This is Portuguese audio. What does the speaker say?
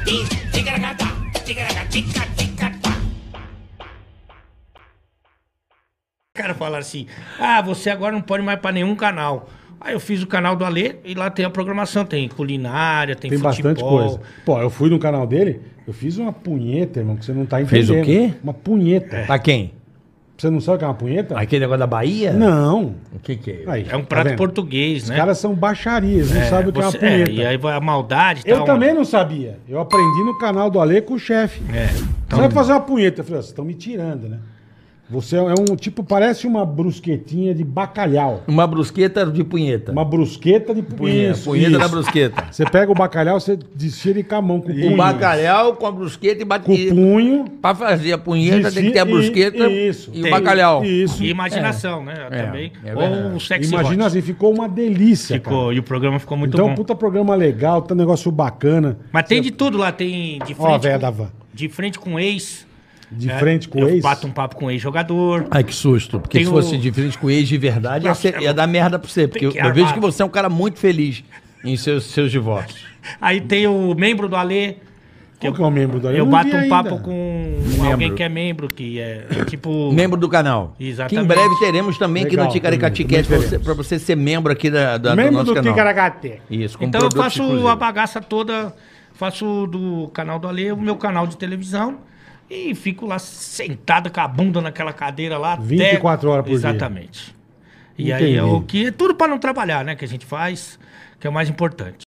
Cara, falaram assim, você agora não pode mais pra nenhum canal. Aí eu fiz o canal do Alê e lá tem a programação, tem culinária, tem futebol. Bastante coisa. Pô, eu fui no canal dele, eu fiz uma punheta, irmão, que você não tá entendendo. Fez o quê? Uma punheta. Pra quem? Você não sabe o que é uma punheta? Aquele negócio da Bahia? Não. O que é? Aí, É um tá prato vendo? português, Os né? caras são baixarias, não sabem o que é uma punheta. e aí vai a maldade e Eu tal. também não sabia. Eu aprendi no canal do Ale com o chefe. Você vai fazer uma punheta. Eu falei, vocês estão me tirando, né? Você é um tipo, parece uma brusquetinha de bacalhau. Uma brusqueta de punheta. Uma brusqueta de punheta. Punheta da brusqueta. Você pega o bacalhau, você desfia com a mão, com o punho. O bacalhau com a brusqueta e Com bate. o punho. Pra fazer a punheta tem que ter a brusqueta Isso. e o Tem. bacalhau. Isso. E imaginação, né? Também. é Ou verdade. o sexy Imagina hot. assim, ficou uma delícia, Ficou, cara. e o programa ficou muito Então, bom. puta programa legal, tá um negócio bacana. Mas tem de tudo lá, tem de Ó, a frente, véia da van. de frente com ex. De frente com o eu ex. bato um papo com ex-jogador. Ai, que susto. Porque Tem se o- fosse de frente com ex de verdade, ia dar merda pra você. Porque Tem que eu vejo armar. que você é um cara muito feliz em seus divórcios. Aí tem o membro do Alê. Qual que é o membro da Eu não bato vi um ainda. papo com alguém que é membro, que é tipo... Membro do canal. Exatamente. Que em breve teremos também aqui Legal, no Ticaracatiquete também pra você ser membro aqui do Membro nosso do canal. Ticaracate. Isso, com Então eu produtos faço exclusivos. a bagaça toda, faço do canal do Alê o meu canal de televisão e fico lá sentado com a bunda naquela cadeira lá. 24 horas por dia. Exatamente. E Entendi. aí é o que é tudo para não trabalhar, né? Que a gente faz, que é o mais importante.